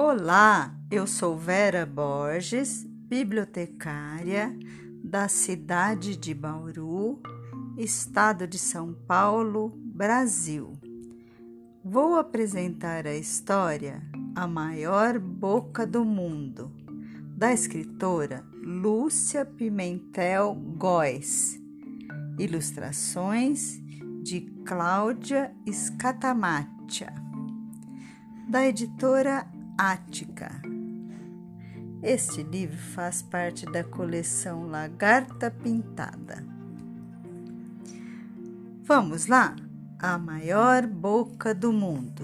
Olá, eu sou Vera Borges, bibliotecária da cidade de Bauru, estado de São Paulo, Brasil. Vou apresentar a história A Maior Boca do Mundo, da escritora Lúcia Pimentel Góes. Ilustrações de Cláudia Scatamatia, da editora Ática. Este livro faz parte da coleção Lagarta Pintada. Vamos lá? A Maior Boca do Mundo.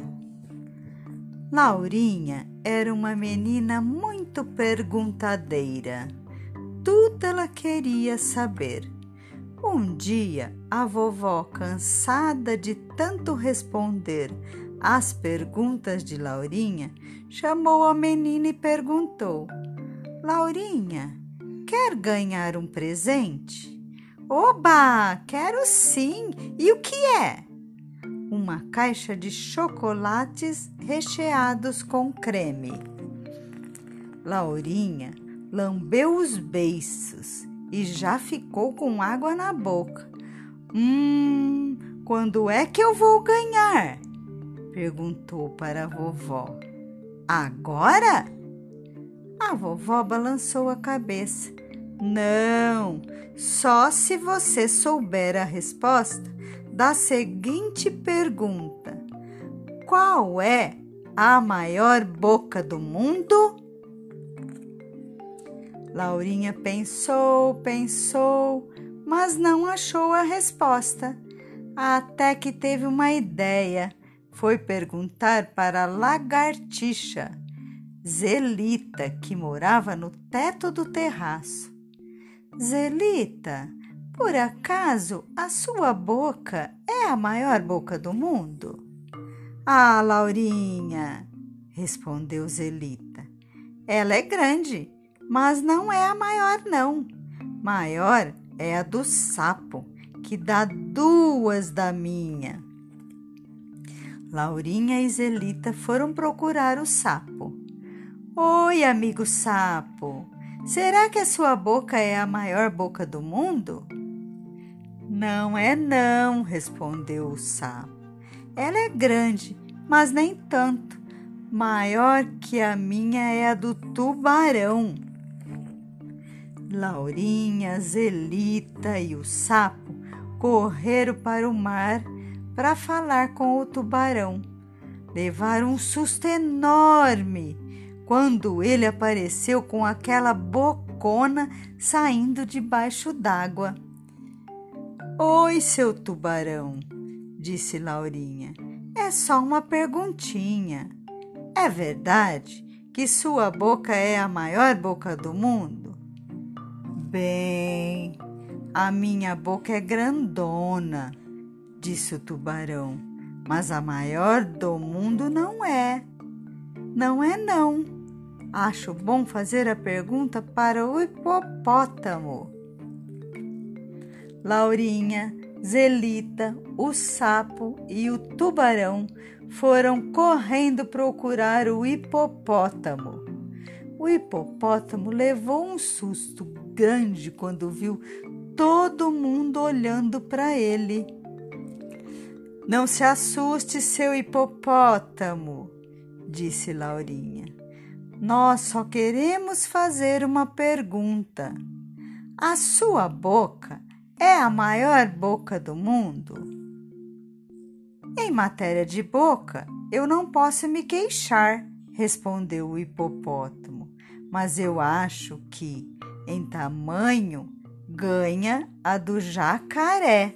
Laurinha era uma menina muito perguntadeira. Tudo ela queria saber. Um dia, a vovó, cansada de tanto responder às perguntas de Laurinha, chamou a menina e perguntou: Laurinha, quer ganhar um presente? Oba, quero sim! E o que é? Uma caixa de chocolates recheados com creme. Laurinha lambeu os beiços e já ficou com água na boca. Quando é que eu vou ganhar? Perguntou para a vovó. Agora? A vovó balançou a cabeça. Não, só se você souber a resposta da seguinte pergunta: qual é a maior boca do mundo? Laurinha pensou, mas não achou a resposta. Até que teve uma ideia. Foi perguntar para a lagartixa Zelita, que morava no teto do terraço. Zelita, por acaso a sua boca é a maior boca do mundo? Ah, Laurinha, respondeu Zelita. Ela é grande, mas não é a maior, não. Maior é a do sapo, que dá duas da minha. Laurinha e Zelita foram procurar o sapo. Oi, amigo sapo, será que a sua boca é a maior boca do mundo? Não é não, respondeu o sapo. Ela é grande, mas nem tanto. Maior que a minha é a do tubarão. Laurinha, Zelita e o sapo correram para o mar para falar com o tubarão. Levaram um susto enorme quando ele apareceu com aquela bocona saindo debaixo d'água. Oi, seu tubarão, disse Laurinha. É só uma perguntinha. É verdade que sua boca é a maior boca do mundo? Bem, a minha boca é grandona, disse o tubarão, mas a maior do mundo não é. Não é não. Acho bom fazer a pergunta para o hipopótamo. Laurinha, Zelita, o sapo e o tubarão foram correndo procurar o hipopótamo. O hipopótamo levou um susto grande quando viu todo mundo olhando para ele. Não se assuste, seu hipopótamo, disse Laurinha. Nós só queremos fazer uma pergunta. A sua boca é a maior boca do mundo? Em matéria de boca, eu não posso me queixar, respondeu o hipopótamo, mas eu acho que, em tamanho, ganha a do jacaré.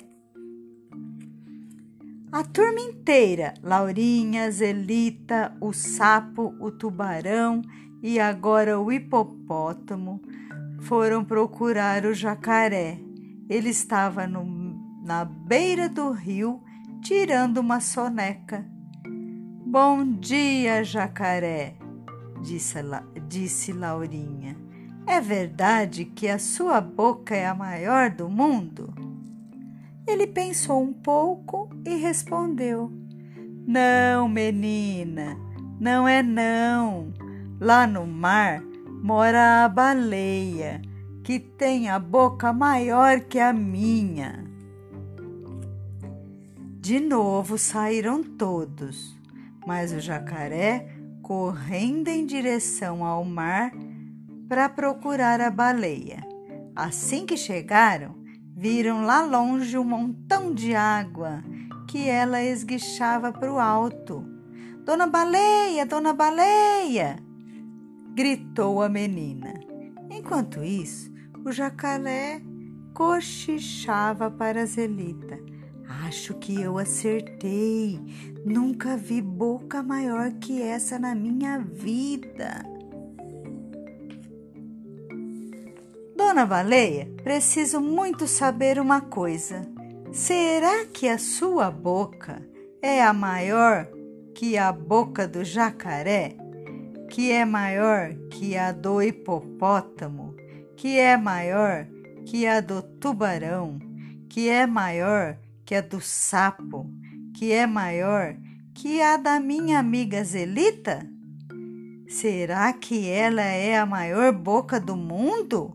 A turma inteira, Laurinha, Zelita, o sapo, o tubarão e agora o hipopótamo, foram procurar o jacaré. Ele estava na beira do rio, tirando uma soneca. Bom dia, jacaré, disse Laurinha. É verdade que a sua boca é a maior do mundo? Ele pensou um pouco e respondeu: Não, menina, não é não. Lá no mar mora a baleia, que tem a boca maior que a minha. De novo saíram todos, mas o jacaré, correndo em direção ao mar para procurar a baleia. Assim que chegaram, viram lá longe um montão de água que ela esguichava para o alto. Dona Baleia, Dona Baleia! Gritou a menina. Enquanto isso, o jacaré cochichava para Zelita. Acho que eu acertei. Nunca vi boca maior que essa na minha vida. Dona Baleia, preciso muito saber uma coisa. Será que a sua boca é a maior que a boca do jacaré? Que é maior que a do hipopótamo? Que é maior que a do tubarão? Que é maior que a do sapo? Que é maior que a da minha amiga Zelita? Será que ela é a maior boca do mundo?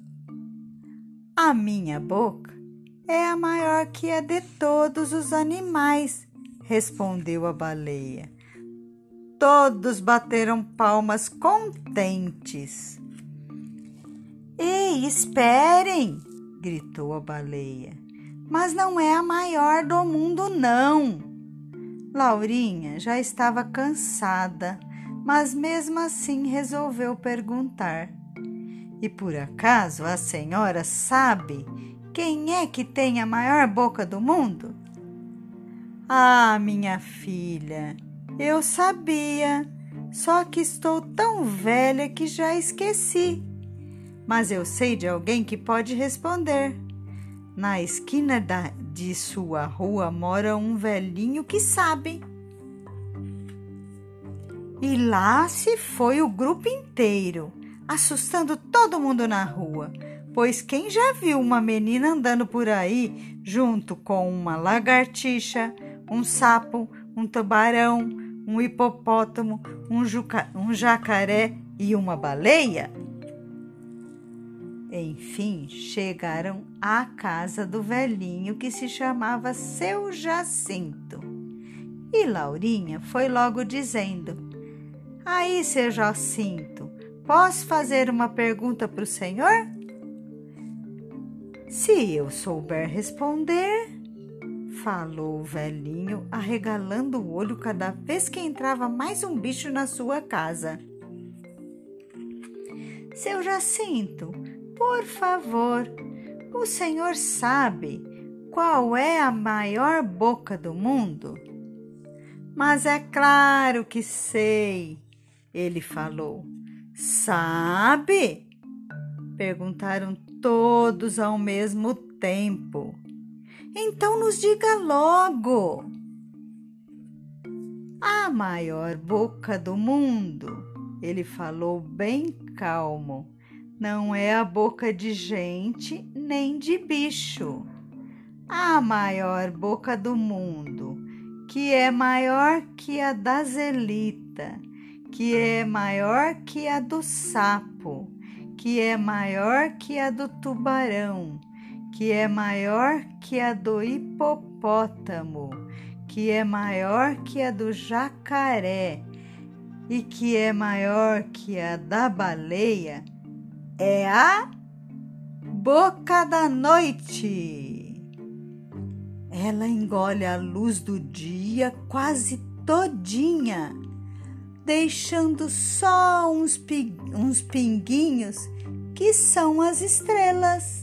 A minha boca é a maior que a de todos os animais, respondeu a baleia. Todos bateram palmas contentes. Ei, esperem! Gritou a baleia. Mas não é a maior do mundo, não. Laurinha já estava cansada, mas mesmo assim resolveu perguntar. E por acaso a senhora sabe quem é que tem a maior boca do mundo? Ah, minha filha, eu sabia, só que estou tão velha que já esqueci. Mas eu sei de alguém que pode responder. Na esquina de sua rua mora um velhinho que sabe. E lá se foi o grupo inteiro, assustando todo mundo na rua, pois quem já viu uma menina andando por aí junto com uma lagartixa, um sapo, um tubarão, um hipopótamo, um jacaré e uma baleia? Enfim, chegaram à casa do velhinho que se chamava Seu Jacinto. E Laurinha foi logo dizendo: Aí, Seu Jacinto, posso fazer uma pergunta para o senhor? Se eu souber responder, falou o velhinho, arregalando o olho cada vez que entrava mais um bicho na sua casa. Seu Jacinto, por favor, o senhor sabe qual é a maior boca do mundo? Mas é claro que sei, ele falou. Sabe? Perguntaram todos ao mesmo tempo. Então nos diga logo. A maior boca do mundo, ele falou bem calmo, não é a boca de gente nem de bicho. A maior boca do mundo, que é maior que a da Zelita, que é maior que a do sapo, que é maior que a do tubarão, que é maior que a do hipopótamo, que é maior que a do jacaré e que é maior que a da baleia, é a boca da noite. Ela engole a luz do dia quase todinha, deixando só uns pinguinhos que são as estrelas.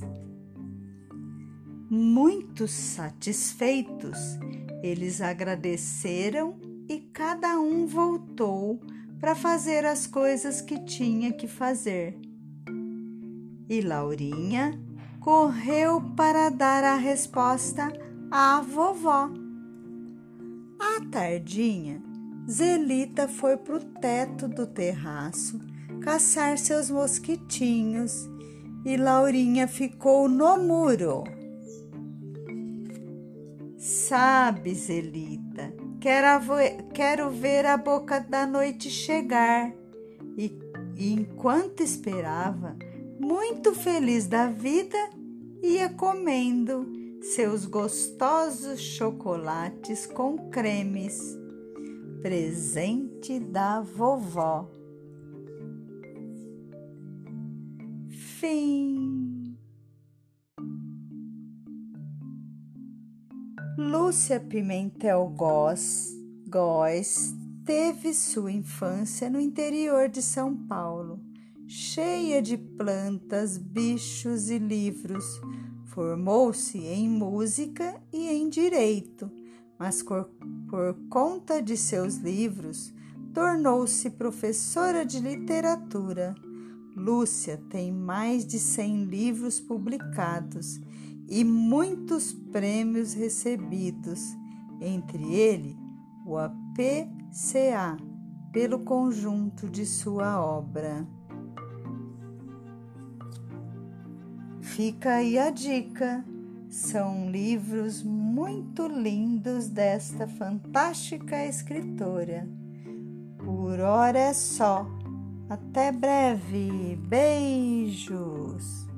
Muito satisfeitos, eles agradeceram e cada um voltou para fazer as coisas que tinha que fazer. E Laurinha correu para dar a resposta à vovó. À tardinha, Zelita foi para o teto do terraço caçar seus mosquitinhos e Laurinha ficou no muro. Sabe, Zelita, quero ver a boca da noite chegar. e enquanto esperava, muito feliz da vida, ia comendo seus gostosos chocolates com cremes, presente da vovó. Fim. Lúcia Pimentel Góes teve sua infância no interior de São Paulo, cheia de plantas, bichos e livros. Formou-se em música e em direito, mas por conta de seus livros, tornou-se professora de literatura. Lúcia tem mais de 100 livros publicados e muitos prêmios recebidos, entre eles o APCA, pelo conjunto de sua obra. Fica aí a dica, são livros muito lindos desta fantástica escritora. Por hora é só. Até breve. Beijos!